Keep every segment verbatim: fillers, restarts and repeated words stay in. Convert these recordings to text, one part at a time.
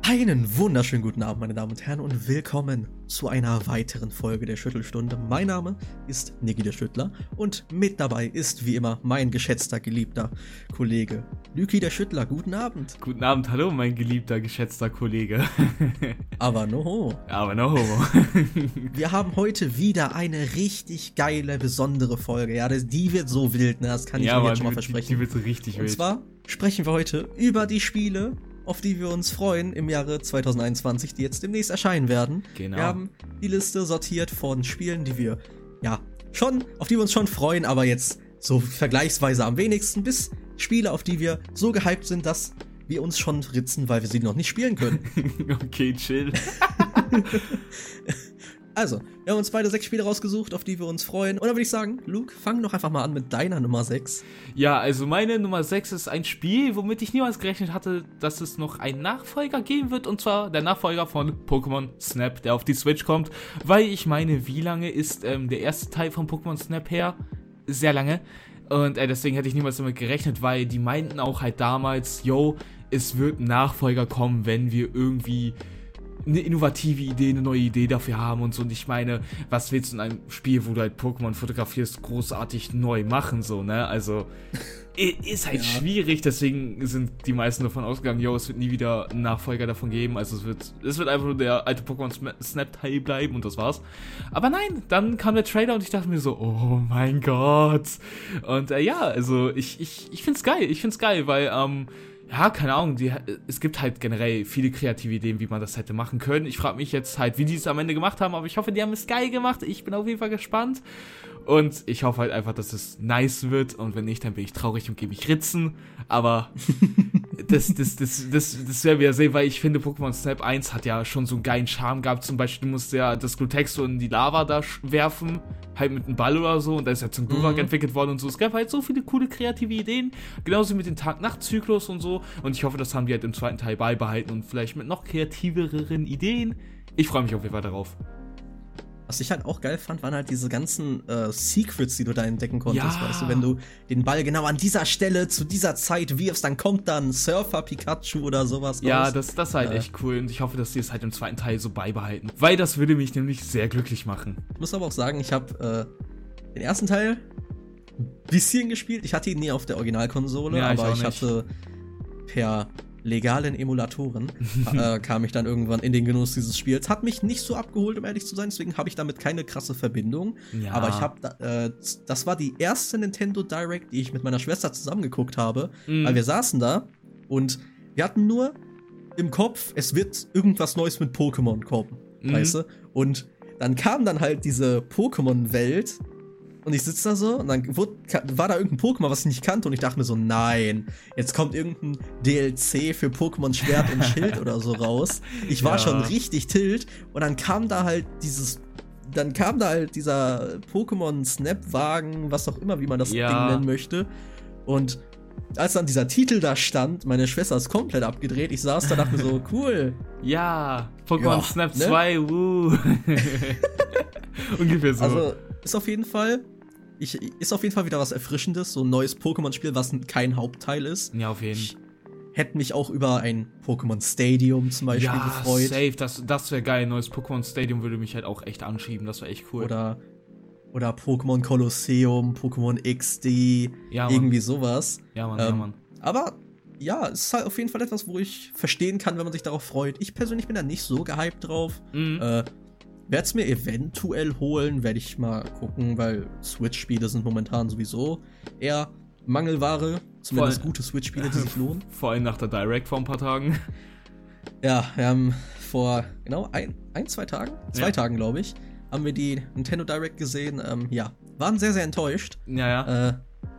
Einen wunderschönen guten Abend, meine Damen und Herren, und willkommen zu einer weiteren Folge der Schüttelstunde. Mein Name ist Niki der Schüttler und mit dabei ist wie immer mein geschätzter, geliebter Kollege Lüki der Schüttler. Guten Abend. Guten Abend, hallo mein geliebter, geschätzter Kollege. Aber no homo. Aber no homo. Wir haben heute wieder eine richtig geile, besondere Folge. Ja, das, die wird so wild, ne? Das kann ich ja, Ihnen Mann, jetzt schon mal die, versprechen. Die wird so richtig und wild. Und zwar sprechen wir heute über die Spiele, auf die wir uns freuen im Jahre zwanzig einundzwanzig, die jetzt demnächst erscheinen werden. Genau. Wir haben die Liste sortiert von Spielen, die wir, ja, schon, auf die wir uns schon freuen, aber jetzt so vergleichsweise am wenigsten, bis Spiele, auf die wir so gehypt sind, dass wir uns schon ritzen, weil wir sie noch nicht spielen können. Okay, chill. Also, wir haben uns beide sechs Spiele rausgesucht, auf die wir uns freuen. Und dann würde ich sagen, Luke, fang doch einfach mal an mit deiner Nummer sechs. Ja, also meine Nummer sechs ist ein Spiel, womit ich niemals gerechnet hatte, dass es noch einen Nachfolger geben wird. Und zwar der Nachfolger von Pokémon Snap, der auf die Switch kommt. Weil ich meine, wie lange ist ähm, der erste Teil von Pokémon Snap her? Sehr lange. Und äh, deswegen hätte ich niemals damit gerechnet, weil die meinten auch halt damals, yo, es wird ein Nachfolger kommen, wenn wir irgendwie eine innovative Idee, eine neue Idee dafür haben und so. Und ich meine, was willst du in einem Spiel, wo du halt Pokémon fotografierst, großartig neu machen, so, ne? Also, ist halt ja schwierig, deswegen sind die meisten davon ausgegangen, yo, es wird nie wieder einen Nachfolger davon geben, also es wird, es wird einfach nur der alte Pokémon Snap-Teil bleiben und das war's. Aber nein, dann kam der Trailer und ich dachte mir so, oh mein Gott. Und äh, ja, also, ich, ich, ich find's geil, ich find's geil, weil, ähm, ja, keine Ahnung, die, es gibt halt generell viele kreative Ideen, wie man das hätte machen können. Ich frage mich jetzt halt, wie die es am Ende gemacht haben, aber ich hoffe, die haben es geil gemacht. Ich bin auf jeden Fall gespannt. Und ich hoffe halt einfach, dass es nice wird. Und wenn nicht, dann bin ich traurig und gehe mich ritzen. Aber das, das, das, das, das werden wir ja sehen, weil ich finde, Pokémon Snap eins hat ja schon so einen geilen Charme gehabt. Zum Beispiel, du musst ja das Glutexo in die Lava da werfen, halt mit einem Ball oder so. Und da ist ja zum Glurak mhm. entwickelt worden und so. Es gab halt so viele coole kreative Ideen. Genauso mit dem Tag-Nacht-Zyklus und so. Und ich hoffe, das haben die halt im zweiten Teil beibehalten und vielleicht mit noch kreativeren Ideen. Ich freue mich auf jeden Fall darauf. Was ich halt auch geil fand, waren halt diese ganzen äh, Secrets, die du da entdecken konntest, ja. weißt du, wenn du den Ball genau an dieser Stelle, zu dieser Zeit wirfst, dann kommt dann Surfer Pikachu oder sowas raus. Ja, das, das ist halt äh. echt cool und ich hoffe, dass die es halt im zweiten Teil so beibehalten, weil das würde mich nämlich sehr glücklich machen. Ich muss aber auch sagen, ich habe äh, den ersten Teil ein bisschen gespielt, ich hatte ihn nie auf der Originalkonsole, ja, aber ich, ich hatte per legalen Emulatoren äh, kam ich dann irgendwann in den Genuss dieses Spiels. Hat mich nicht so abgeholt, um ehrlich zu sein, deswegen habe ich damit keine krasse Verbindung. Ja. Aber ich habe, äh, das war die erste Nintendo Direct, die ich mit meiner Schwester zusammengeguckt habe, mhm. weil wir saßen da und wir hatten nur im Kopf, es wird irgendwas Neues mit Pokémon kommen, mhm. weißt du? Und dann kam dann halt diese Pokémon-Welt. Und ich sitze da so und dann wurde, war da irgendein Pokémon, was ich nicht kannte und ich dachte mir so, nein, jetzt kommt irgendein D L C für Pokémon Schwert und Schild oder so raus. Ich war ja. schon richtig tilt und dann kam da halt dieses, dann kam da halt dieser Pokémon Snap-Wagen, was auch immer, wie man das ja. Ding nennen möchte. Und als dann dieser Titel da stand, meine Schwester ist komplett abgedreht, ich saß da und dachte mir so, cool. Ja, Pokémon ja, Snap ne? zwei, wuh. Ungefähr so. Also, ist auf jeden Fall, ich, ist auf jeden Fall wieder was Erfrischendes, so ein neues Pokémon-Spiel, was kein Hauptteil ist. Ja, auf jeden Fall. Ich hätte mich auch über ein Pokémon Stadium zum Beispiel ja, gefreut. Ja, safe, das, das wäre geil. Ein neues Pokémon Stadium würde mich halt auch echt anschieben, das wäre echt cool. Oder, oder Pokémon Kolosseum, Pokémon X D, ja, irgendwie sowas. Ja, Mann, ähm, ja, Mann. Aber ja, es ist halt auf jeden Fall etwas, wo ich verstehen kann, wenn man sich darauf freut. Ich persönlich bin da nicht so gehypt drauf. Mhm. Äh, werde es mir eventuell holen, werde ich mal gucken, weil Switch-Spiele sind momentan sowieso eher Mangelware. Zumindest gute Switch-Spiele, die sich lohnen. Vor allem nach der Direct vor ein paar Tagen. Ja, wir haben vor genau ein, ein zwei Tagen, zwei ja. Tagen glaube ich, haben wir die Nintendo Direct gesehen. Ähm, ja, waren sehr, sehr enttäuscht. Ja, ja. Äh,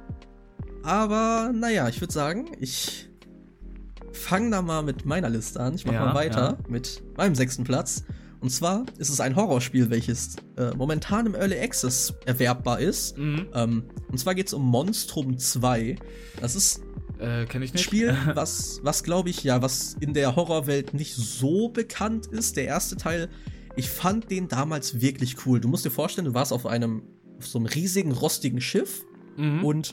aber naja, ich würde sagen, ich fange da mal mit meiner Liste an. Ich mache ja, mal weiter ja. mit meinem sechsten Platz. Und zwar ist es ein Horrorspiel, welches äh, momentan im Early Access erwerbbar ist. Mhm. Ähm, und zwar geht es um Monstrum zwei. Das ist äh, kenn ich nicht. ein Spiel, was, was glaube ich, ja, was in der Horrorwelt nicht so bekannt ist. Der erste Teil, ich fand den damals wirklich cool. Du musst dir vorstellen, du warst auf einem, auf so einem riesigen, rostigen Schiff mhm. und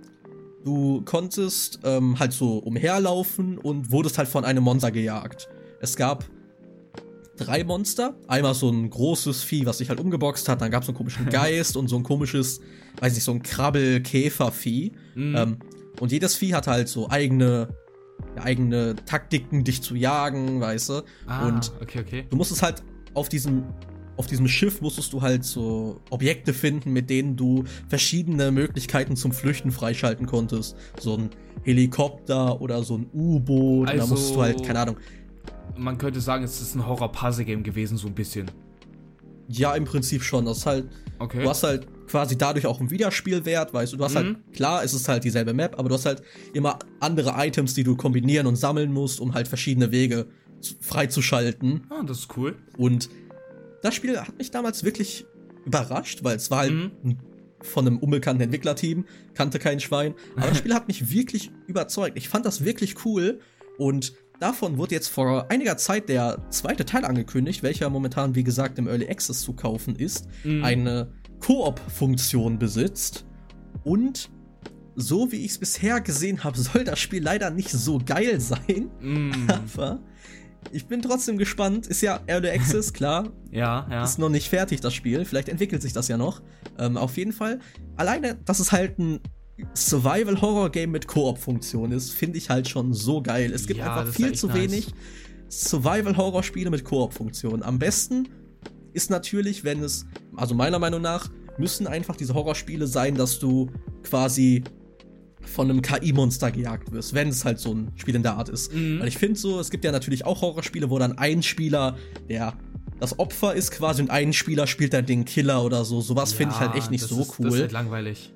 du konntest ähm, halt so umherlaufen und wurdest halt von einem Monster gejagt. Es gab drei Monster. Einmal so ein großes Vieh, was sich halt umgeboxt hat. Dann gab es so einen komischen Geist und so ein komisches, weiß nicht, so ein Krabbel-Käfer-Vieh. Mhm. Ähm, und jedes Vieh hat halt so eigene, eigene Taktiken, dich zu jagen, weißt du. Ah, und okay, okay. du musstest halt auf diesem, auf diesem Schiff musstest du halt so Objekte finden, mit denen du verschiedene Möglichkeiten zum Flüchten freischalten konntest. So ein Helikopter oder so ein U-Boot. Also, da musst du halt, keine Ahnung. Man könnte sagen, es ist ein Horror-Puzzle-Game gewesen, so ein bisschen. Ja, im Prinzip schon. Das ist halt, okay. Du hast halt quasi dadurch auch einen Wiederspielwert, weißt du. Du hast mhm. halt, klar, es ist halt dieselbe Map, aber du hast halt immer andere Items, die du kombinieren und sammeln musst, um halt verschiedene Wege freizuschalten. Ah, das ist cool. Und das Spiel hat mich damals wirklich überrascht, weil es war halt mhm. von einem unbekannten Entwicklerteam, kannte kein Schwein. Aber das Spiel hat mich wirklich überzeugt. Ich fand das wirklich cool und davon wurde jetzt vor einiger Zeit der zweite Teil angekündigt, welcher momentan, wie gesagt, im Early Access zu kaufen ist, mhm. eine Koop-Funktion besitzt. Und so wie ich es bisher gesehen habe, soll das Spiel leider nicht so geil sein. Mhm. Aber ich bin trotzdem gespannt. Ist ja Early Access, klar. ja, ja. Ist noch nicht fertig, das Spiel. Vielleicht entwickelt sich das ja noch. Ähm, auf jeden Fall. Alleine, dass es halt ein Survival-Horror-Game mit Koop-Funktion ist, finde ich halt schon so geil. Es gibt ja, einfach viel zu nice. wenig Survival-Horror-Spiele mit Koop-Funktion. Am besten ist natürlich, wenn es, also meiner Meinung nach, müssen einfach diese Horrorspiele sein, dass du quasi von einem K I-Monster gejagt wirst, wenn es halt so ein Spiel in der Art ist. Mhm. Weil ich finde so, es gibt ja natürlich auch Horrorspiele, wo dann ein Spieler, der das Opfer ist quasi, und ein Spieler spielt dann den Killer oder so. Sowas ja, finde ich halt echt nicht so ist, cool. Das ist halt langweilig.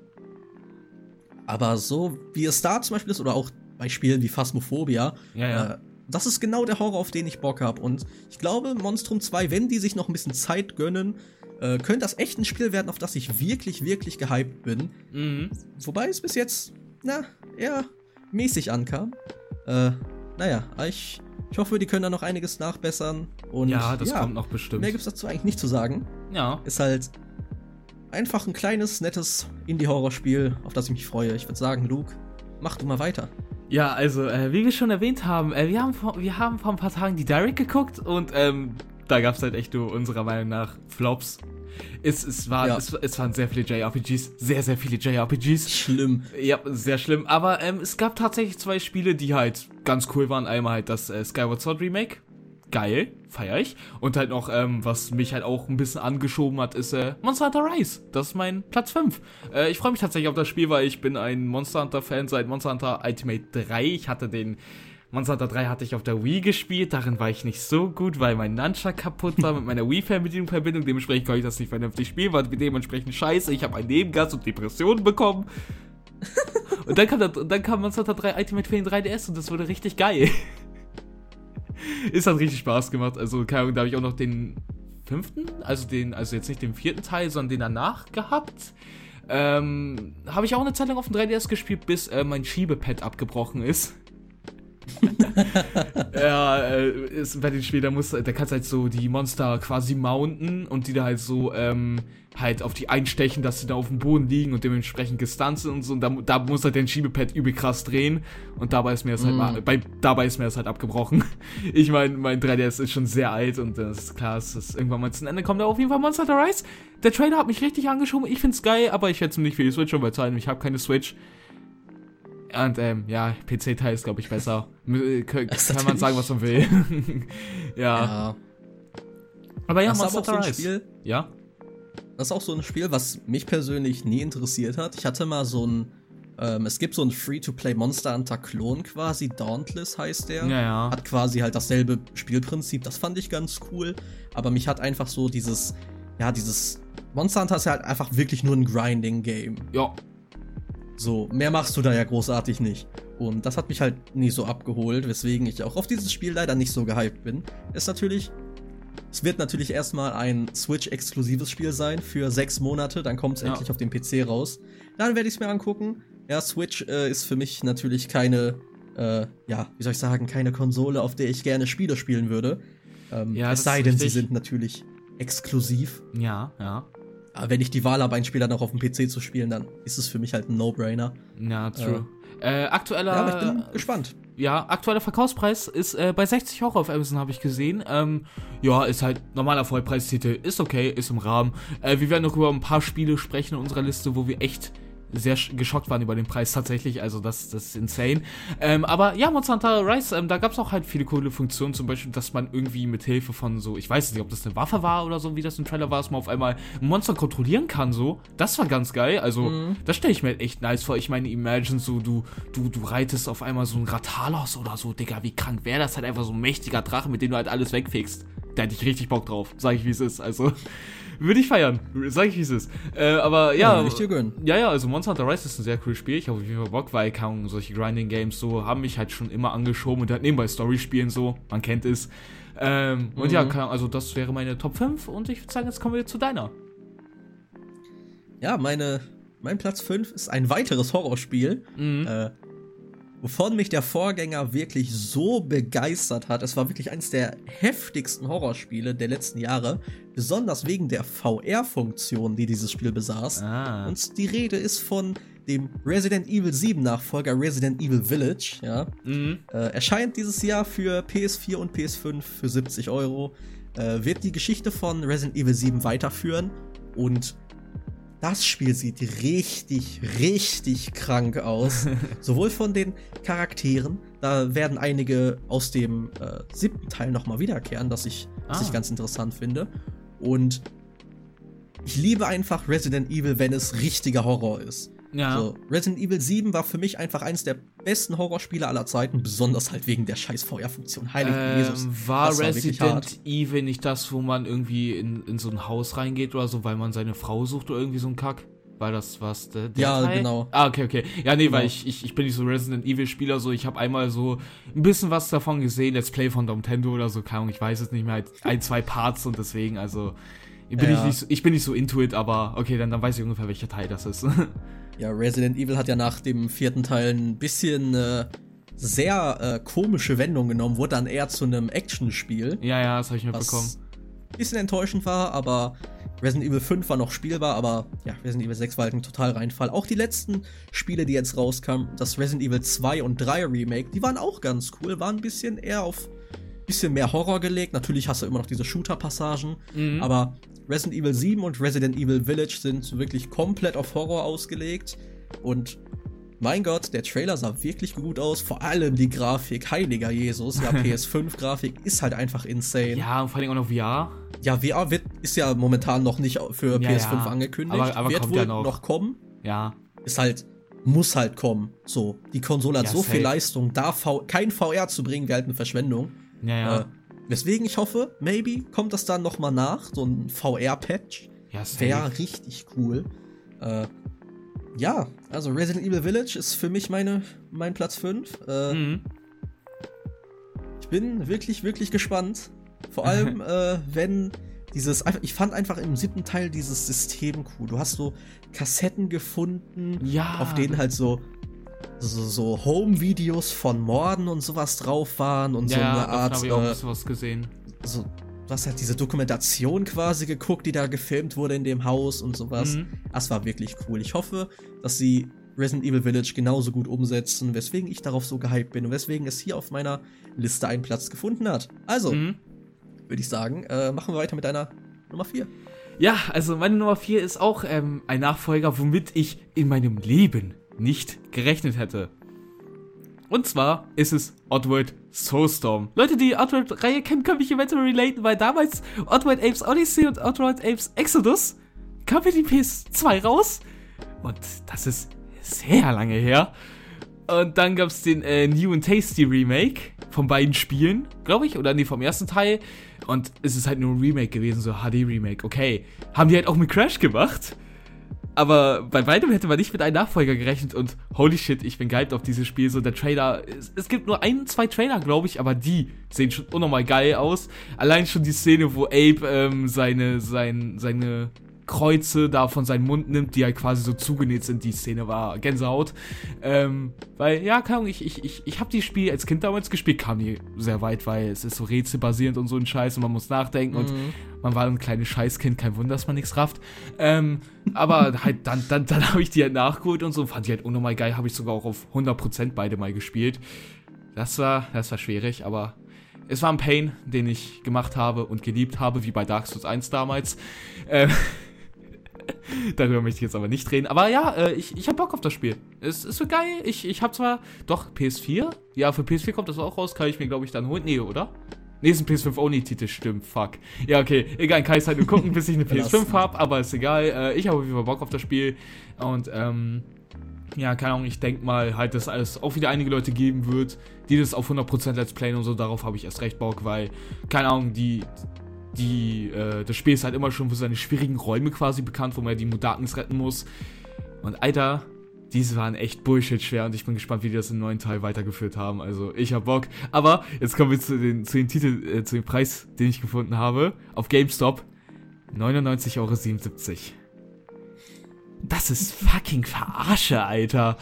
Aber so wie es da zum Beispiel ist, oder auch bei Spielen wie Phasmophobia, ja, ja. Äh, das ist genau der Horror, auf den ich Bock habe. Und ich glaube, Monstrum zwei, wenn die sich noch ein bisschen Zeit gönnen, äh, könnte das echt ein Spiel werden, auf das ich wirklich, wirklich gehypt bin. Mhm. Wobei es bis jetzt, na, eher mäßig ankam. Äh, naja, ich, ich hoffe, die können da noch einiges nachbessern. Und ja, das ja, kommt noch bestimmt. Mehr gibt's dazu eigentlich nicht zu sagen. Ja. Ist halt einfach ein kleines, nettes Indie-Horror-Spiel, auf das ich mich freue. Ich würde sagen, Luke, mach du mal weiter. Ja, also, äh, wie wir schon erwähnt haben, äh, wir haben vor, wir haben vor ein paar Tagen die Direct geguckt und ähm, da gab es halt echt nur unserer Meinung nach Flops. Es, es, war, ja. es, es waren sehr viele J R P Gs, sehr, sehr viele J R P Gs. Schlimm. Ja, sehr schlimm. Aber ähm, es gab tatsächlich zwei Spiele, die halt ganz cool waren. Einmal halt das äh, Skyward Sword Remake. Geil, feier ich. Und halt noch, ähm, was mich halt auch ein bisschen angeschoben hat, ist äh, Monster Hunter Rise. Das ist mein Platz fünf. Äh, ich freue mich tatsächlich auf das Spiel, weil ich bin ein Monster Hunter-Fan seit Monster Hunter Ultimate drei. Ich hatte den Monster Hunter drei hatte ich auf der Wii gespielt. Darin war ich nicht so gut, weil mein Nunchuck kaputt war mit meiner Wii-Fernbedienung Verbindung. Dementsprechend konnte ich das nicht vernünftig spielen, war dementsprechend scheiße. Ich habe einen Nebengas und Depressionen bekommen. Und dann kam, das, und dann kam Monster Hunter drei Ultimate für den drei D S und das wurde richtig geil. Es hat richtig Spaß gemacht. Also, keine Ahnung, da habe ich auch noch den fünften, also den, also jetzt nicht den vierten Teil, sondern den danach gehabt. Ähm, habe ich auch eine Zeit lang auf dem drei D S gespielt, bis äh, mein Schiebepad abgebrochen ist. ja, äh, ist, bei den Spielen, da, musst, da kannst du halt so die Monster quasi mounten und die da halt so, ähm, halt auf die einstechen, dass sie da auf dem Boden liegen und dementsprechend gestunt sind und so. Und da, da muss halt dein Schiebepad übel krass drehen. Und dabei ist mir das halt, mm. mal, bei, dabei ist mir das halt abgebrochen. Ich meine, mein drei D S ist schon sehr alt und das ist klar, dass das irgendwann mal zum Ende kommt. Aber auf jeden Fall Monster Hunter Rise. Der Trailer hat mich richtig angeschoben. Ich find's geil, aber ich hätte es nicht für die Switch schon bezahlen. Ich habe keine Switch. Und, ähm, ja, P C-Teil ist, glaube ich, besser. Kann, kann man sagen, was man will. ja. ja. Aber ja, das Monster Hunter Rise. So Spiel, ja. Das ist auch so ein Spiel, was mich persönlich nie interessiert hat. Ich hatte mal so ein, ähm, es gibt so ein Free-to-Play Monster Hunter Klon quasi, Dauntless heißt der. Ja, ja. Hat quasi halt dasselbe Spielprinzip, das fand ich ganz cool. Aber mich hat einfach so dieses, ja, dieses Monster Hunter ist ja halt einfach wirklich nur ein Grinding-Game. Ja. So, mehr machst du da ja großartig nicht. Und das hat mich halt nie so abgeholt, weswegen ich auch auf dieses Spiel leider nicht so gehypt bin. Ist natürlich Es wird natürlich erstmal ein Switch-exklusives Spiel sein für sechs Monate, dann kommt es ja. endlich auf den P C raus. Dann werde ich es mir angucken. Ja, Switch äh, ist für mich natürlich keine, äh, ja, wie soll ich sagen, keine Konsole, auf der ich gerne Spiele spielen würde. Ähm, ja, es sei denn, sie sind natürlich exklusiv. Ja, ja. Aber wenn ich die Wahl habe, ein Spiel dann auch auf dem P C zu spielen, dann ist es für mich halt ein No-Brainer. Ja, true. Äh, aktueller... Ja, aber ich bin gespannt. Ja, aktueller Verkaufspreis ist äh, bei sechzig Euro auf Amazon, habe ich gesehen. Ähm, ja, ist halt normaler Vollpreistitel, ist okay, ist im Rahmen. Äh, wir werden noch über ein paar Spiele sprechen in unserer Liste, wo wir echt sehr geschockt waren über den Preis tatsächlich, also das, das ist insane. Ähm, aber ja, Monster Hunter Rise, ähm, da gab es auch halt viele coole Funktionen, zum Beispiel, dass man irgendwie mit Hilfe von so, ich weiß nicht, ob das eine Waffe war oder so, wie das im Trailer war, dass man auf einmal ein Monster kontrollieren kann, so. Das war ganz geil, also mhm. das stelle ich mir echt nice vor. Ich meine, imagine so, du, du, du reitest auf einmal so ein Ratalos oder so, Digga, wie krank wäre das halt einfach so ein mächtiger Drache, mit dem du halt alles wegfegst. Da hätte ich richtig Bock drauf, sag ich wie es ist, also... Würde ich feiern, sag ich wie es ist. Äh, aber ja, ja, ich dir gönnen. ja, ja, also Monster Hunter Rise ist ein sehr cooles Spiel. Ich habe auf jeden Fall Bock, weil kaum solche Grinding-Games so haben mich halt schon immer angeschoben und halt nebenbei Story-Spielen so, man kennt es. Ähm, mhm. Und ja, kann, also das wäre meine Top fünf und ich würde sagen, jetzt kommen wir zu deiner. Ja, meine, mein Platz fünf ist ein weiteres Horrorspiel, mhm. äh, wovon mich der Vorgänger wirklich so begeistert hat. Es war wirklich eines der heftigsten Horrorspiele der letzten Jahre, besonders wegen der V R-Funktion, die dieses Spiel besaß. Ah. Und die Rede ist von dem Resident Evil sieben Nachfolger Resident Evil Village. Ja. Mhm. Äh, erscheint dieses Jahr für P S vier und P S fünf für siebzig Euro. Äh, wird die Geschichte von Resident Evil sieben weiterführen und das Spiel sieht richtig, richtig krank aus. Sowohl von den Charakteren, da werden einige aus dem äh, siebten Teil nochmal wiederkehren, das ich, ah. was ich ganz interessant finde. Und ich liebe einfach Resident Evil, wenn es richtiger Horror ist. Ja. So, Resident Evil sieben war für mich einfach eines der besten Horrorspiele aller Zeiten, besonders halt wegen der scheiß V R-Funktion. Heiligen ähm, Jesus. War, war Resident Evil nicht das, wo man irgendwie in, in so ein Haus reingeht oder so, weil man seine Frau sucht oder irgendwie so ein Kack? War das was? Der, der ja, Teil? genau. Ah, okay, okay. Ja, nee, genau. weil ich, ich, ich bin nicht so Resident Evil-Spieler, so ich habe einmal so ein bisschen was davon gesehen, Let's Play von Nintendo oder so, keine Ahnung, ich weiß es nicht mehr, halt ein, zwei Parts und deswegen, also bin ja. ich, nicht so, ich bin nicht so into it, aber okay, dann, dann weiß ich ungefähr, welcher Teil das ist. Ja, Resident Evil hat ja nach dem vierten Teil ein bisschen äh, sehr äh, komische Wendung genommen, wurde dann eher zu einem Actionspiel. Ja, ja, das habe ich mitbekommen. Ein bisschen enttäuschend war, aber Resident Evil fünf war noch spielbar, aber ja, Resident Evil sechs war halt ein total Reinfall. Auch die letzten Spiele, die jetzt rauskamen, das Resident Evil zwei und drei Remake, die waren auch ganz cool, waren ein bisschen eher auf bisschen mehr Horror gelegt. Natürlich hast du immer noch diese Shooter-Passagen, mhm. aber Resident Evil sieben und Resident Evil Village sind wirklich komplett auf Horror ausgelegt und mein Gott, der Trailer sah wirklich gut aus, vor allem die Grafik, heiliger Jesus, ja, P S fünf Grafik ist halt einfach insane. Ja, und vor allem auch noch V R. Ja, V R wird, ist ja momentan noch nicht für ja, P S fünf ja. angekündigt, aber, aber wird kommt wohl ja noch. noch kommen. Ja. Ist halt, muss halt kommen, so. Die Konsole hat ja, so safe. viel Leistung, da v- kein V R zu bringen, wäre halt eine Verschwendung. Ja, ja. Äh, Weswegen ich hoffe, maybe kommt das dann nochmal nach, so ein V R-Patch. Ja, safe. Wäre richtig cool. Äh, ja, also Resident Evil Village ist für mich meine, mein Platz fünf. Äh, mhm. Ich bin wirklich, wirklich gespannt. Vor allem, äh, wenn dieses, ich fand einfach im siebten Teil dieses System cool. Du hast so Kassetten gefunden, ja. auf denen halt so so, so Home-Videos von Morden und sowas drauf waren und ja, so eine Art. habe ich auch ein bisschen was gesehen. So, du hast halt diese Dokumentation quasi geguckt, die da gefilmt wurde in dem Haus und sowas. Mhm. Das war wirklich cool. Ich hoffe, dass sie Resident Evil Village genauso gut umsetzen, weswegen ich darauf so gehypt bin und weswegen es hier auf meiner Liste einen Platz gefunden hat. Also, mhm. würde ich sagen, äh, machen wir weiter mit deiner Nummer vier. Ja, also meine Nummer vier ist auch ähm, ein Nachfolger, womit ich in meinem Leben nicht gerechnet hätte. Und zwar ist es Oddworld Soulstorm. Leute, die Oddworld-Reihe kennen, können mich eventuell relaten, weil damals Oddworld Apes Odyssey und Oddworld Apes Exodus kam für die P S zwei raus. Und das ist sehr lange her. Und dann gab es den äh, New and Tasty Remake von beiden Spielen, glaube ich, oder nee, vom ersten Teil. Und es ist halt nur ein Remake gewesen, so H D-Remake. Okay, haben die halt auch mit Crash gemacht. Aber bei weitem hätte man nicht mit einem Nachfolger gerechnet und holy shit, ich bin gehypt auf dieses Spiel. So der Trailer, es, es gibt nur ein, zwei Trailer, glaube ich, aber die sehen schon unnormal geil aus. Allein schon die Szene, wo Abe ähm, seine, sein, seine Kreuze da von seinem Mund nimmt, die halt quasi so zugenäht sind. Die Szene war Gänsehaut. Ähm, weil, ja, keine Ahnung, ich, ich, ich, ich habe die Spiele als Kind damals gespielt, kam die sehr weit, weil es ist so rätselbasierend und so ein Scheiß und man muss nachdenken mhm. und man war ein kleines Scheißkind, kein Wunder, dass man nichts rafft. Ähm, aber halt dann, dann, dann habe ich die halt nachgeholt und so und fand die halt unnormal geil, habe ich sogar auch auf hundert Prozent beide mal gespielt. Das war, das war schwierig, aber es war ein Pain, den ich gemacht habe und geliebt habe, wie bei Dark Souls eins damals. Ähm, Darüber möchte ich jetzt aber nicht reden. Aber ja, äh, ich, ich hab Bock auf das Spiel. Es ist so geil. Ich, ich hab zwar... Doch, P S vier? Ja, für P S vier kommt das auch raus. Kann ich mir, glaube ich, dann holen. Nee, oder? Nee, ist ein P S fünf Only-Titel. Stimmt, fuck. Ja, okay. Egal, kann ich halt nur gucken, bis ich eine P S fünf hab. Aber ist egal. Äh, ich habe auf jeden Fall Bock auf das Spiel. Und, ähm... ja, keine Ahnung, ich denke mal halt, dass es auch wieder einige Leute geben wird, die das auf hundert Prozent Let's Playen und so. Darauf habe ich erst recht Bock, weil, keine Ahnung, die... Die, äh, das Spiel ist halt immer schon für seine schwierigen Räume quasi bekannt, wo man die Mutanten retten muss. Und Alter, diese waren echt Bullshit schwer und ich bin gespannt, wie die das im neuen Teil weitergeführt haben. Also, ich hab Bock. Aber, jetzt kommen wir zu den, zu den Titel, äh, zu dem Preis, den ich gefunden habe. Auf GameStop. neunundneunzig Euro siebenundsiebzig. Das ist fucking Verarsche, Alter.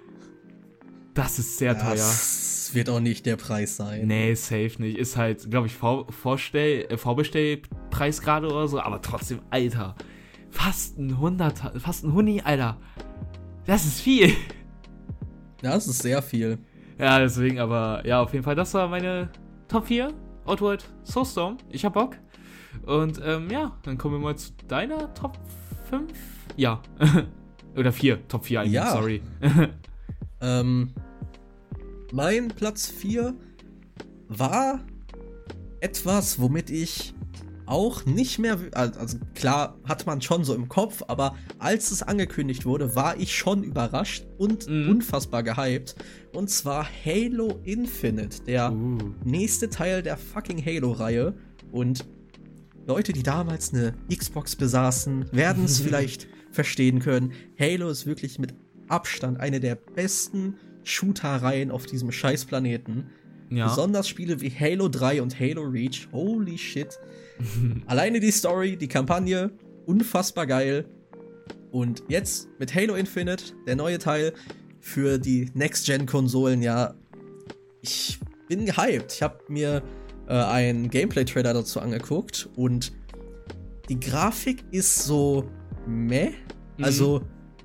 Das ist sehr teuer. Das wird auch nicht der Preis sein. Nee, safe nicht. Ist halt, glaube ich, V- Vorstell- äh, Vorbestellpreis gerade oder so, aber trotzdem, Alter. Fast ein hundert, fast ein Huni, Alter. Das ist viel. Ja, das ist sehr viel. Ja, deswegen, aber, ja, auf jeden Fall, das war meine Top vier. Outward Soulstorm. Ich hab Bock. Und, ähm, ja, dann kommen wir mal zu deiner Top fünf. Ja. Oder vier. Top vier eigentlich, ja. sorry. ähm... Mein Platz vier war etwas, womit ich auch nicht mehr, also klar hat man schon so im Kopf, aber als es angekündigt wurde, war ich schon überrascht und mm. unfassbar gehypt. Und zwar Halo Infinite, der uh. nächste Teil der fucking Halo-Reihe. Und Leute, die damals eine Xbox besaßen, werden es vielleicht verstehen können. Halo ist wirklich mit Abstand eine der besten Shooter-Reihen auf diesem Scheißplaneten. Ja. Besonders Spiele wie Halo drei und Halo Reach. Holy shit. Alleine die Story, die Kampagne, unfassbar geil. Und jetzt mit Halo Infinite, der neue Teil für die Next-Gen-Konsolen, ja, ich bin gehypt. Ich habe mir äh, einen Gameplay-Trailer dazu angeguckt und die Grafik ist so meh. Mhm. Also,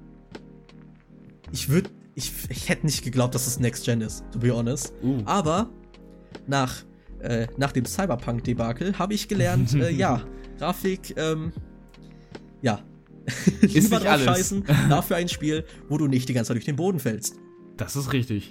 ich würde Ich, ich hätte nicht geglaubt, dass es Next Gen ist, to be honest. Uh. Aber nach, äh, nach dem Cyberpunk-Debakel habe ich gelernt, äh, ja, Grafik, ähm, ja. Ist Lieber nicht drauf alles. Scheißen, dafür ein Spiel, wo du nicht die ganze Zeit durch den Boden fällst. Das ist richtig.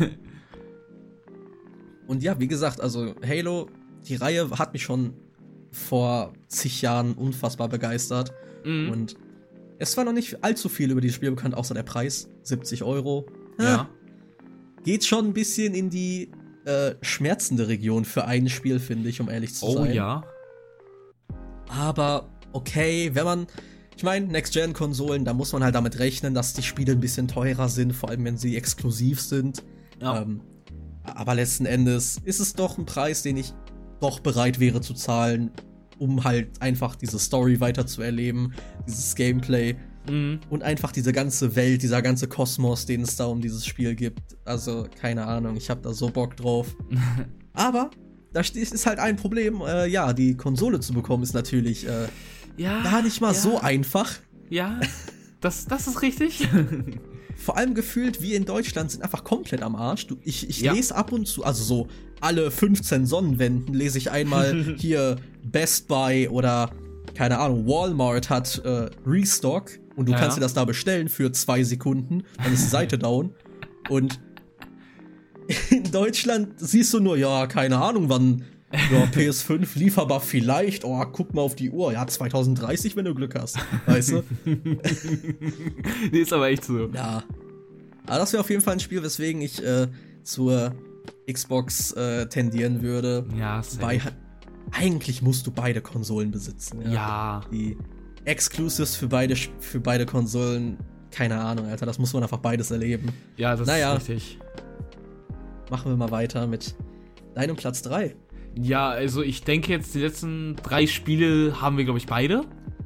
Und ja, wie gesagt, also Halo, die Reihe hat mich schon vor zig Jahren unfassbar begeistert. Mhm. Und es war noch nicht allzu viel über dieses Spiel bekannt, außer der Preis, siebzig Euro. Ja. Geht schon ein bisschen in die äh, schmerzende Region für ein Spiel, finde ich, um ehrlich zu oh, sein. Oh ja. Aber okay, wenn man, ich meine, Next-Gen-Konsolen, da muss man halt damit rechnen, dass die Spiele ein bisschen teurer sind, vor allem wenn sie exklusiv sind. Ja. Ähm, aber letzten Endes ist es doch ein Preis, den ich doch bereit wäre zu zahlen, um halt einfach diese Story weiter zu erleben, dieses Gameplay mhm. und einfach diese ganze Welt, dieser ganze Kosmos, den es da um dieses Spiel gibt. Also, keine Ahnung, ich hab da so Bock drauf. Aber, da ist halt ein Problem, äh, ja, die Konsole zu bekommen ist natürlich äh, ja, gar nicht mal ja. so einfach. Ja, das, das ist richtig. Vor allem gefühlt, wir in Deutschland sind einfach komplett am Arsch. Du, ich ich ja. lese ab und zu, also so alle fünfzehn Sonnenwänden lese ich einmal hier Best Buy oder, keine Ahnung, Walmart hat äh, Restock und du ja, kannst dir das da bestellen für zwei Sekunden, dann ist die Seite down. Und in Deutschland siehst du nur, ja, keine Ahnung, wann ja, P S fünf lieferbar vielleicht. Oh, guck mal auf die Uhr. Ja, zwanzig dreißig, wenn du Glück hast. Weißt du? Nee, ist aber echt so. Ja. Aber das wäre auf jeden Fall ein Spiel, weswegen ich äh, zur Xbox äh, tendieren würde. Ja, safe. Bei, eigentlich musst du beide Konsolen besitzen. Ja. ja. Die Exclusives für beide, für beide Konsolen, keine Ahnung, Alter. Das muss man einfach beides erleben. Ja, das naja, ist richtig. Machen wir mal weiter mit deinem Platz drei. Ja, also ich denke jetzt, die letzten drei Spiele haben wir, glaube ich, beide.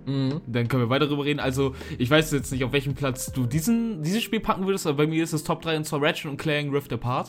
Mhm. Dann können wir weiter darüber reden. Also, ich weiß jetzt nicht, auf welchen Platz du diesen, dieses Spiel packen würdest, aber bei mir ist es Top drei und zwar Ratchet und Clank Rift Apart.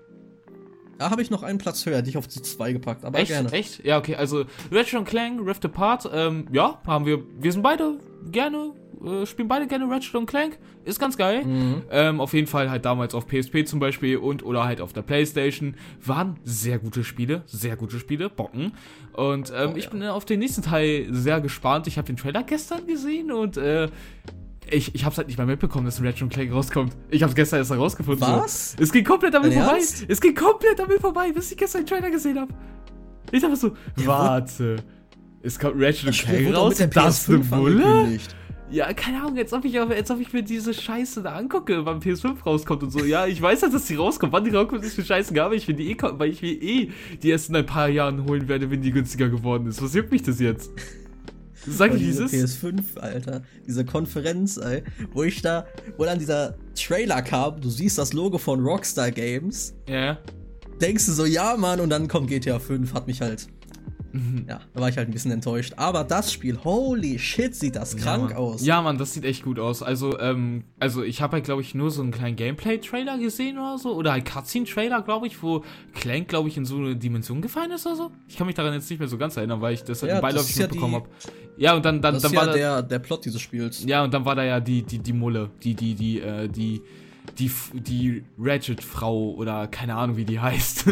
Da habe ich noch einen Platz höher, dich auf die zwei gepackt, aber echt, gerne. Echt? Ja, okay, also Ratchet und Clank Rift Apart, ähm, ja, haben wir, wir sind beide gerne, äh, spielen beide gerne Ratchet und Clank, ist ganz geil. Mhm. Ähm, auf jeden Fall halt damals auf P S P zum Beispiel und oder halt auf der Playstation, waren sehr gute Spiele, sehr gute Spiele, Bocken. Und ähm, oh, ich ja. bin auf den nächsten Teil sehr gespannt, ich habe den Trailer gestern gesehen und, äh, Ich, ich hab's halt nicht mal mitbekommen, dass ein Ratchet und Clank rauskommt. Ich hab's gestern erst herausgefunden. Was? So. Es ging komplett damit Dein vorbei. Ernst? Es ging komplett damit vorbei, bis ich gestern den Trailer gesehen hab. Ich dachte so, ja, warte. Es kommt Ratchet und Clank raus, das ist eine Mulle? Ja, keine Ahnung, als ob, ich, als ob ich mir diese Scheiße da angucke, wann P S fünf rauskommt und so. Ja, ich weiß halt, dass die rauskommt. Wann die rauskommt, ist mir scheißegal, aber ich will die eh, weil ich mir eh die erst in ein paar Jahren holen werde, wenn die günstiger geworden ist. Was juckt mich das jetzt? Sag ich dieses? P S fünf, Alter, diese Konferenz, ey, wo ich da, wo dann dieser Trailer kam, du siehst das Logo von Rockstar Games. Ja. Yeah. Denkst du so, ja, Mann, und dann kommt G T A fünf, hat mich halt, mhm. ja, da war ich halt ein bisschen enttäuscht. Aber das Spiel, holy shit, sieht das krank ja, aus. Ja, Mann, das sieht echt gut aus. Also, ähm, also ich habe halt, glaube ich, nur so einen kleinen Gameplay-Trailer gesehen oder so, oder ein Cutscene-Trailer, glaube ich, wo Clank, glaube ich, in so eine Dimension gefallen ist oder so. Ich kann mich daran jetzt nicht mehr so ganz erinnern, weil ich das halt ja, beiläufig mitbekommen ja habe. Ja, und dann, dann, das dann ist war ja da, der, der Plot dieses Spiels. Ja, und dann war da ja die, die, die Mulle, die, die, die, äh, die, die, die Ratchet-Frau oder keine Ahnung, wie die heißt.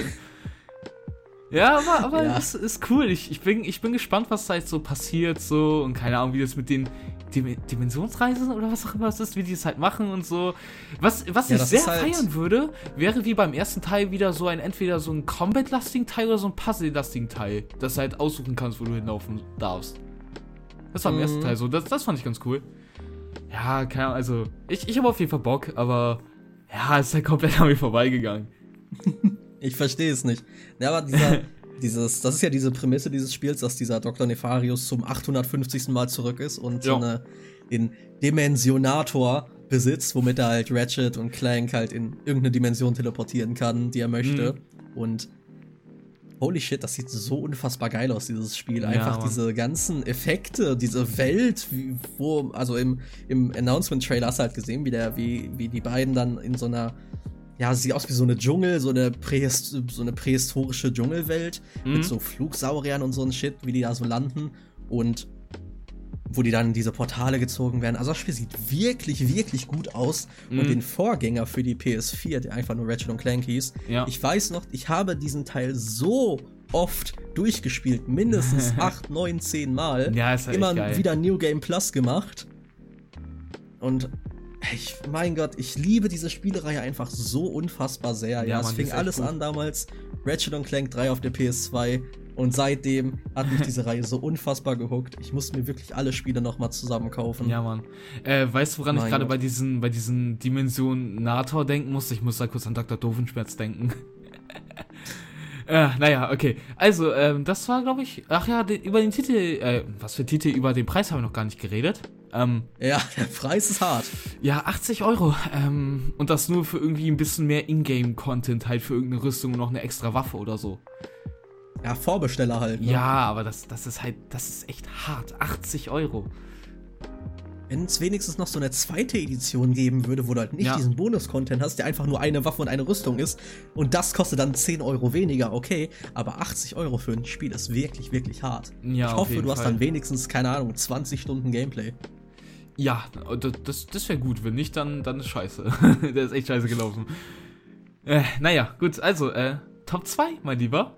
Ja, aber, aber ja. Das ist cool. Ich, ich, bin, ich bin gespannt, was da jetzt so passiert, so, und keine Ahnung, wie das mit den Dim- Dimensionsreisen oder was auch immer es ist, wie die es halt machen und so. Was, was ja, ich sehr halt feiern würde, wäre wie beim ersten Teil wieder so ein, entweder so ein Combat-lastigen Teil oder so ein Puzzle-lastigen Teil, dass du halt aussuchen kannst, wo du hinlaufen darfst. Das war im mhm. ersten Teil so, das, das fand ich ganz cool. Ja, keine Ahnung, also, ich, ich habe auf jeden Fall Bock, aber ja, es ist halt komplett an mir vorbeigegangen. Ich verstehe es nicht. Ja, aber dieser, dieses, das ist ja diese Prämisse dieses Spiels, dass dieser Doktor Nefarius zum achthundertfünfzigsten Mal zurück ist und so eine, den Dimensionator besitzt, womit er halt Ratchet und Clank halt in irgendeine Dimension teleportieren kann, die er möchte. Mhm. Und holy shit, das sieht so unfassbar geil aus, dieses Spiel. Einfach ja, diese ganzen Effekte, diese Welt, wie, wo, also im, im Announcement-Trailer hast du halt gesehen, wie, der, wie, wie die beiden dann in so einer, ja, sieht aus wie so eine Dschungel, so eine, Prähist- so eine prähistorische Dschungelwelt mhm. mit so Flugsauriern und so ein Shit, wie die da so landen und wo die dann in diese Portale gezogen werden. Also das Spiel sieht wirklich, wirklich gut aus. Mhm. Und den Vorgänger für die P S vier, der einfach nur Ratchet und Clank hieß, ja. ich weiß noch, ich habe diesen Teil so oft durchgespielt, mindestens acht, neun, zehn Mal. Ja, ist halt immer geil. Wieder New Game Plus gemacht. Und ich, mein Gott, ich liebe diese Spielereihe einfach so unfassbar sehr. Ja, ja es fing alles gut an damals, Ratchet und Clank drei auf der P S zwei. Und seitdem hat mich diese Reihe so unfassbar gehuckt. Ich musste mir wirklich alle Spiele nochmal zusammen kaufen. Ja, Mann. Äh, weißt du, woran mein ich gerade bei diesen, bei diesen Dimensionator denken musste? Ich muss da kurz an Doktor Doofenschmerz denken. äh, naja, okay. Also, ähm, das war, glaube ich, ach ja, den, über den Titel, äh, was für Titel, über den Preis haben wir noch gar nicht geredet. Ähm, ja, der Preis ist hart. Ja, achtzig Euro. Ähm, und das nur für irgendwie ein bisschen mehr Ingame-Content, halt für irgendeine Rüstung und noch eine extra Waffe oder so. Ja, Vorbesteller halt, ne? Ja, aber das, das ist halt, das ist echt hart. achtzig Euro. Wenn es wenigstens noch so eine zweite Edition geben würde, wo du halt nicht ja. diesen Bonus-Content hast, der einfach nur eine Waffe und eine Rüstung ist, und das kostet dann zehn Euro weniger, okay, aber achtzig Euro für ein Spiel ist wirklich, wirklich hart. Ja, ich hoffe, du hast Fall. dann wenigstens, keine Ahnung, zwanzig Stunden Gameplay. Ja, das, das wäre gut. Wenn nicht, dann, dann ist scheiße. Der ist echt scheiße gelaufen. Äh, naja, gut, also, äh, Top zwei, mein Lieber.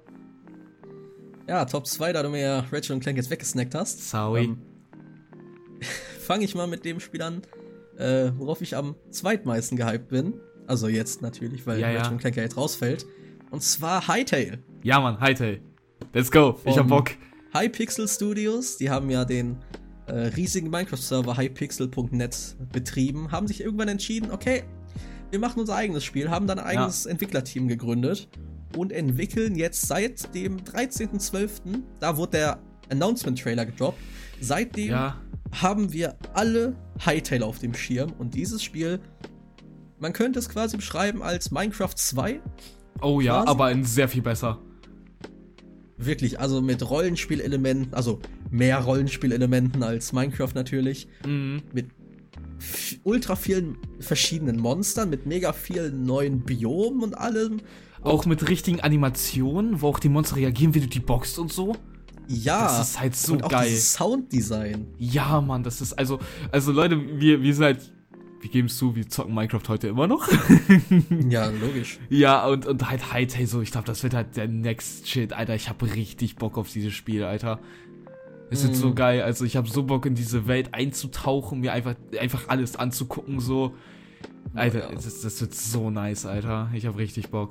Ja, Top zwei, da du mir ja Ratchet und Clank jetzt weggesnackt hast. Sorry. Ähm, Fange ich mal mit dem Spiel an, äh, worauf ich am zweitmeisten gehypt bin. Also jetzt natürlich, weil ja, Ratchet ja. und Clank ja jetzt rausfällt. Und zwar Hytale. Ja, Mann, Hytale. Let's go, Von ich hab Bock. Hypixel Studios, die haben ja den äh, riesigen Minecraft-Server hypixel punkt net betrieben, haben sich irgendwann entschieden, okay, wir machen unser eigenes Spiel, haben dann ein eigenes ja. Entwicklerteam gegründet und entwickeln jetzt seit dem dreizehnten zwölften Da wurde der Announcement-Trailer gedroppt. Seitdem ja. haben wir alle Hytale auf dem Schirm und dieses Spiel, man könnte es quasi beschreiben als Minecraft zwei. Oh ja, quasi. Aber in sehr viel besser. Wirklich, also mit Rollenspielelementen, also mehr Rollenspielelementen als Minecraft natürlich. Mhm. Mit f- ultra vielen verschiedenen Monstern, mit mega vielen neuen Biomen und allem. Auch mit richtigen Animationen, wo auch die Monster reagieren, wie du die boxt und so. Ja. Das ist halt so und auch geil. dieses Sounddesign. Ja, Mann, das ist, also, also Leute, wir, wir sind halt, wir geben es zu, wir zocken Minecraft heute immer noch. Ja, logisch. Ja, und, und halt Hytale so, ich glaube, das wird halt der Next Shit, Alter. Ich habe richtig Bock auf dieses Spiel, Alter. Es wird Mm. so geil, also ich habe so Bock in diese Welt einzutauchen, mir einfach, einfach alles anzugucken, so. Alter, Oh, ja. das, das wird so nice, Alter. Ich habe richtig Bock.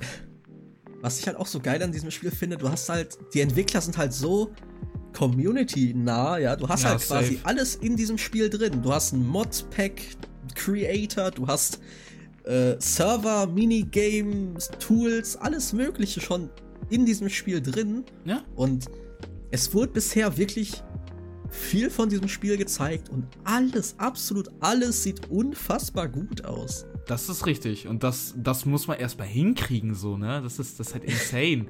Was ich halt auch so geil an diesem Spiel finde, du hast halt, die Entwickler sind halt so community-nah, ja. Du hast Ja, halt quasi safe. alles in diesem Spiel drin. Du hast einen Mod-Pack, Creator, du hast äh, Server, Minigames, Tools, alles Mögliche schon in diesem Spiel drin. Ja? Und es wurde bisher wirklich viel von diesem Spiel gezeigt und alles, absolut alles sieht unfassbar gut aus. Das ist richtig. Und das, das muss man erstmal hinkriegen, so, ne? Das ist, das ist halt insane.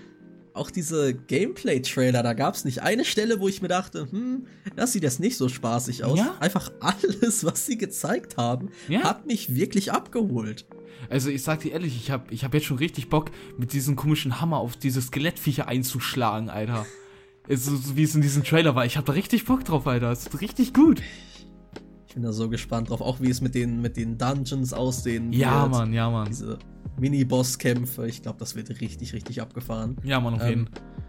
Auch diese Gameplay-Trailer, da gab es nicht eine Stelle, wo ich mir dachte, hm, das sieht jetzt nicht so spaßig aus. Ja? Einfach alles, was sie gezeigt haben, Ja? hat mich wirklich abgeholt. Also ich sag dir ehrlich, ich hab, ich hab jetzt schon richtig Bock, mit diesem komischen Hammer auf diese Skelettviecher einzuschlagen, Alter. So, so wie es in diesem Trailer war. Ich hab da richtig Bock drauf, Alter. Das ist richtig gut. Ich bin da so gespannt drauf, auch wie es mit den, mit den Dungeons aussehen Ja, wird. Mann, ja, Mann. Diese Mini-Boss-Kämpfe, ich glaube, das wird richtig, richtig abgefahren. Ja, Mann, auf jeden.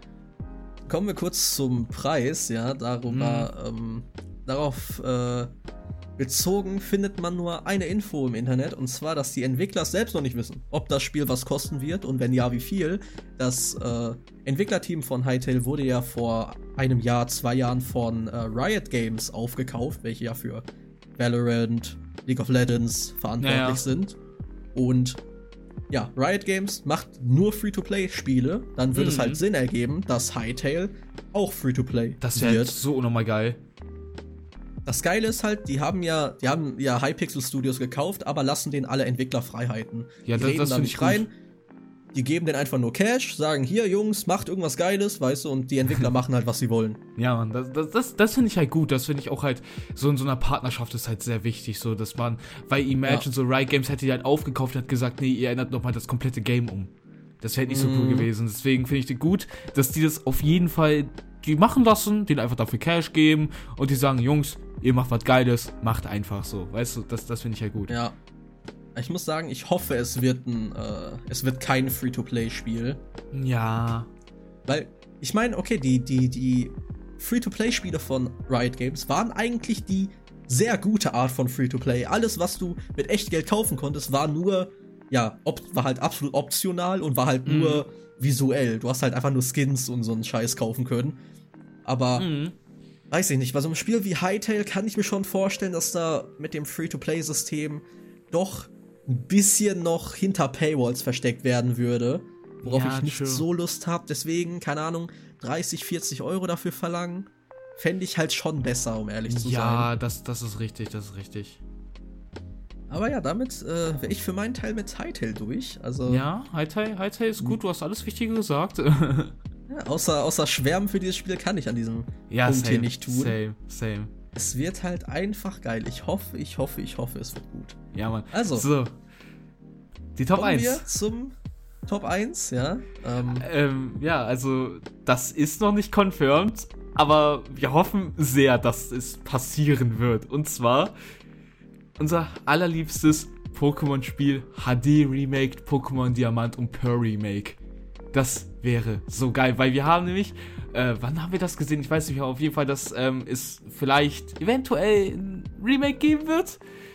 Ähm, Kommen wir kurz zum Preis, ja, darüber, ähm, darauf äh, bezogen findet man nur eine Info im Internet, und zwar, dass die Entwickler selbst noch nicht wissen, ob das Spiel was kosten wird und wenn ja, wie viel. Das äh, Entwicklerteam von Hytale wurde ja vor einem Jahr, zwei Jahren von äh, Riot Games aufgekauft, welche ja für Valorant, League of Legends verantwortlich Ja, ja. sind. Und ja, Riot Games macht nur Free-to-Play-Spiele, dann wird Mhm. es halt Sinn ergeben, dass Hytale auch Free-to-Play Das wäre wird. so unnormal geil. Das Geile ist halt, die haben ja, die haben ja Hypixel Studios gekauft, aber lassen denen alle Entwicklerfreiheiten. Ja, die das- reden das da find nicht ich gut. rein. Die geben denen einfach nur Cash, sagen, hier Jungs, macht irgendwas Geiles, weißt du, und die Entwickler machen halt, was sie wollen. Ja, Mann, das, das, das, das finde ich halt gut. Das finde ich auch halt, so in so einer Partnerschaft ist halt sehr wichtig, so, dass man, weil Imagine, Ja. so Riot Games hätte die halt aufgekauft und hat gesagt, nee, ihr ändert nochmal das komplette Game um. Das wäre halt nicht so cool Mhm. gewesen. Deswegen finde ich die gut, dass die das auf jeden Fall, die machen lassen, denen einfach dafür Cash geben und die sagen, Jungs, ihr macht was Geiles, macht einfach so. Weißt du, das, das finde ich halt gut. Ja. Ich muss sagen, ich hoffe, es wird ein, äh, es wird kein Free-to-Play-Spiel. Ja. Weil, ich meine, okay, die, die, die Free-to-Play-Spiele von Riot Games waren eigentlich die sehr gute Art von Free-to-Play. Alles, was du mit Echtgeld kaufen konntest, war nur, ja, op- war halt absolut optional und war halt Mhm. nur visuell. Du hast halt einfach nur Skins und so einen Scheiß kaufen können. Aber, Mhm. weiß ich nicht, bei so einem Spiel wie Hytale kann ich mir schon vorstellen, dass da mit dem Free-to-Play-System doch ein bisschen noch hinter Paywalls versteckt werden würde, worauf Ja, ich nicht true. so Lust habe. Deswegen, keine Ahnung, dreißig, vierzig Euro dafür verlangen, fände ich halt schon besser, um ehrlich zu sein. Ja, das, das ist richtig, das ist richtig. Aber ja, damit äh, wäre ich für meinen Teil mit Hytale durch. Also, Ja, Hytale, Hytale ist gut, du hast alles Wichtige gesagt. ja, außer, außer Schwärmen für dieses Spiel kann ich an diesem ja, Punkt same, hier nicht tun. same, same. Es wird halt einfach geil. Ich hoffe, ich hoffe, ich hoffe, es wird gut. Ja, Mann. Also, So. Die Top kommen wir eins. zum Top eins, ja. Ähm, Ähm, ja, also, das ist noch nicht confirmed, aber wir hoffen sehr, dass es passieren wird. Und zwar unser allerliebstes Pokémon-Spiel H D-Remake, Pokémon Diamant und Pearl Remake. Das wäre so geil, weil wir haben nämlich, äh, wann haben wir das gesehen? Ich weiß nicht mehr, auf jeden Fall, dass ähm, es vielleicht eventuell ein Remake geben wird.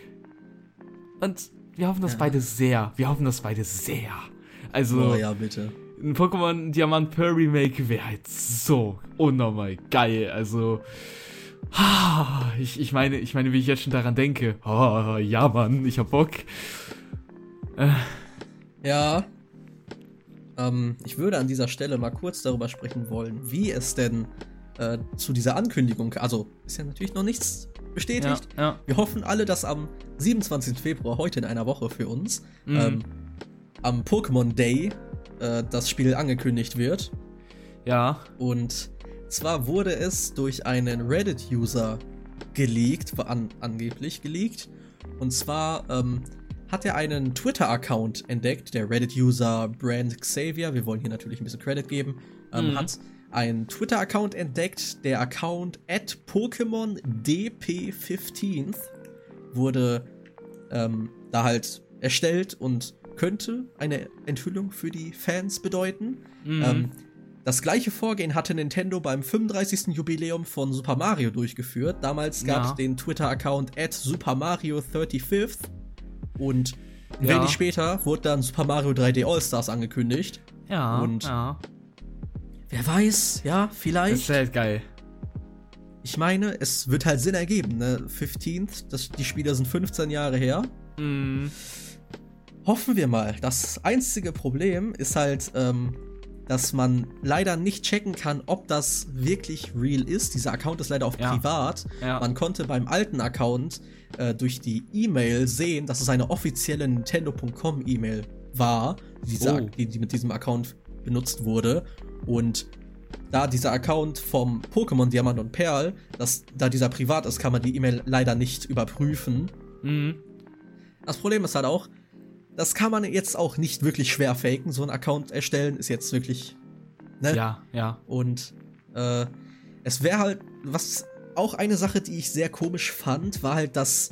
Und wir hoffen das Ja. beide sehr. Wir hoffen das beide sehr. Also, oh ja, bitte. ein Pokémon Diamant Pearl Remake wäre halt so unnormal geil. Also, ah, ich, ich meine, ich meine, wie ich jetzt schon daran denke. Oh, ja, Mann, ich hab Bock. Äh, Ja. Ähm, ich würde an dieser Stelle mal kurz darüber sprechen wollen, wie es denn äh, zu dieser Ankündigung, also ist ja natürlich noch nichts bestätigt. ja, ja. Wir hoffen alle, dass am siebenundzwanzigsten Februar, heute in einer Woche für uns, Mhm. ähm, am Pokémon Day äh, das Spiel angekündigt wird. Ja. Und zwar wurde es durch einen Reddit-User geleakt, an, angeblich geleakt. Und zwar ähm, hat er einen Twitter-Account entdeckt, der Reddit-User Brand Xavier, wir wollen hier natürlich ein bisschen Credit geben, ähm, mhm. hat einen Twitter-Account entdeckt, der Account at Pokémon D P fünfzehn wurde ähm, da halt erstellt und könnte eine Enthüllung für die Fans bedeuten. Mhm. Ähm, das gleiche Vorgehen hatte Nintendo beim fünfunddreißigsten Jubiläum von Super Mario durchgeführt. Damals gab es ja. den Twitter-Account at Super Mario fünfunddreißig und ein ja. wenig später wurde dann Super Mario drei D All-Stars angekündigt. Ja, und ja. wer weiß, ja, vielleicht. Das wäre halt geil. Ich meine, es wird halt Sinn ergeben, ne? fünfzehn, das, die Spiele sind fünfzehn Jahre her. Mhm. Hoffen wir mal. Das einzige Problem ist halt, ähm, dass man leider nicht checken kann, ob das wirklich real ist. Dieser Account ist leider auch ja. privat. Ja. Man konnte beim alten Account äh, durch die E-Mail sehen, dass es eine offizielle Nintendo Punkt com E-Mail war, diese, oh. die, die mit diesem Account benutzt wurde. Und da dieser Account vom Pokémon Diamant und Perl, dass, da dieser privat ist, kann man die E-Mail leider nicht überprüfen. Mhm. Das Problem ist halt auch, das kann man jetzt auch nicht wirklich schwer faken. So ein Account erstellen ist jetzt wirklich, ne? Ja, ja. Und äh, es wäre halt, was auch eine Sache, die ich sehr komisch fand, war halt, dass,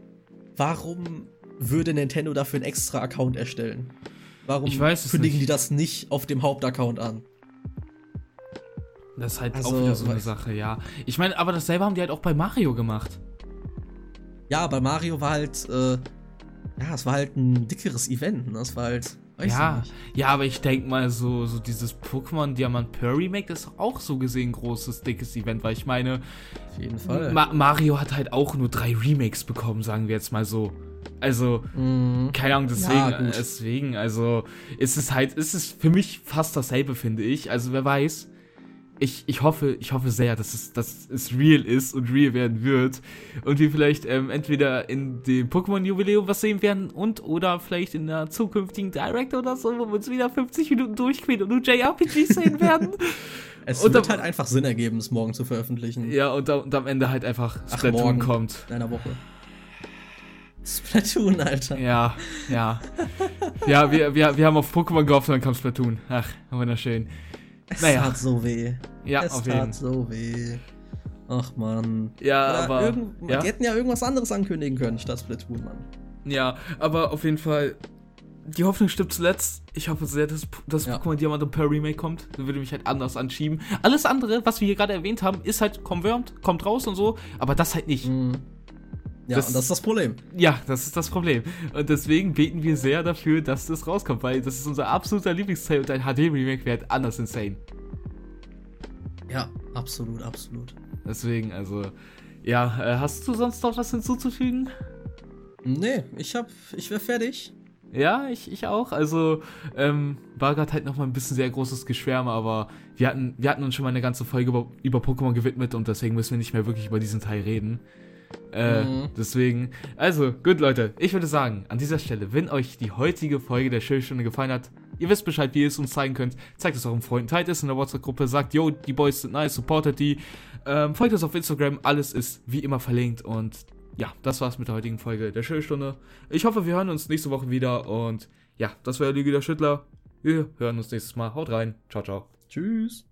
warum würde Nintendo dafür einen extra Account erstellen? Warum ich weiß es kündigen nicht. die das nicht auf dem Hauptaccount an? Das ist halt Also, auch wieder so eine Sache, ja. Ich meine, aber dasselbe haben die halt auch bei Mario gemacht. Ja, bei Mario war halt, äh, ja, es war halt ein dickeres Event, ne? Das war halt, weiß ja, ich nicht. Ja, aber ich denke mal, so, so dieses Pokémon Diamant Pearl Remake ist auch so gesehen ein großes, dickes Event, weil ich meine, auf jeden Fall. Ma- Mario hat halt auch nur drei Remakes bekommen, sagen wir jetzt mal so. Also, mm. keine Ahnung, deswegen, ja, deswegen, also, ist es halt, ist es für mich fast dasselbe, finde ich. Also, wer weiß. Ich, ich hoffe, ich hoffe sehr, dass es, dass es real ist und real werden wird und wir vielleicht ähm, entweder in dem Pokémon-Jubiläum was sehen werden und oder vielleicht in der zukünftigen Direct oder so, wo wir uns wieder fünfzig Minuten durchquälen und nur J R P Gs sehen werden. Es und wird am, halt einfach Sinn ergeben, es morgen zu veröffentlichen. Ja, und, und am Ende halt einfach Splatoon Ach, morgen, kommt. In einer Woche. Splatoon, Alter. Ja, ja. Ja, wir, wir, wir haben auf Pokémon gehofft und dann kam Splatoon. Ach, wunderschön. Es naja. tat so weh. Ja, es auf tat jeden. so weh. Ach, Mann. Ja, Oder aber... Irgend- ja? Die hätten ja irgendwas anderes ankündigen können statt Splatoon, Mann. Ja, aber auf jeden Fall... Die Hoffnung stirbt zuletzt. Ich hoffe sehr, dass das ja. Pokémon Diamant und Pearl Remake kommt. Dann würde mich halt anders anschieben. Alles andere, was wir hier gerade erwähnt haben, ist halt confirmed, kommt raus und so. Aber das halt nicht. Mhm. Ja, das, und das ist das Problem. Ja, das ist das Problem. Und deswegen beten wir sehr dafür, dass das rauskommt, weil das ist unser absoluter Lieblingsteil und ein H D-Remake wäre halt anders insane. Ja, absolut, absolut. Deswegen, also, ja, äh, hast du sonst noch was hinzuzufügen? Nee, ich hab, ich wäre fertig. Ja, ich, ich auch. Also, ähm, war gerade halt nochmal ein bisschen sehr großes Geschwärme, aber wir hatten, wir hatten uns schon mal eine ganze Folge über, über Pokémon gewidmet und deswegen müssen wir nicht mehr wirklich über diesen Teil reden. Äh, mhm. Deswegen, also, gut Leute, ich würde sagen, an dieser Stelle, wenn euch die heutige Folge der Schillstunde gefallen hat, ihr wisst Bescheid, wie ihr es uns zeigen könnt, zeigt es euren Freunden, teilt es in der WhatsApp-Gruppe, sagt, yo, die Boys sind nice, supportet die, ähm, folgt uns auf Instagram, alles ist wie immer verlinkt und ja, das war's mit der heutigen Folge der Schillstunde. Ich hoffe, wir hören uns nächste Woche wieder und ja, das war der Lüge der Schüttler. Wir hören uns nächstes Mal, haut rein, ciao, ciao. Tschüss.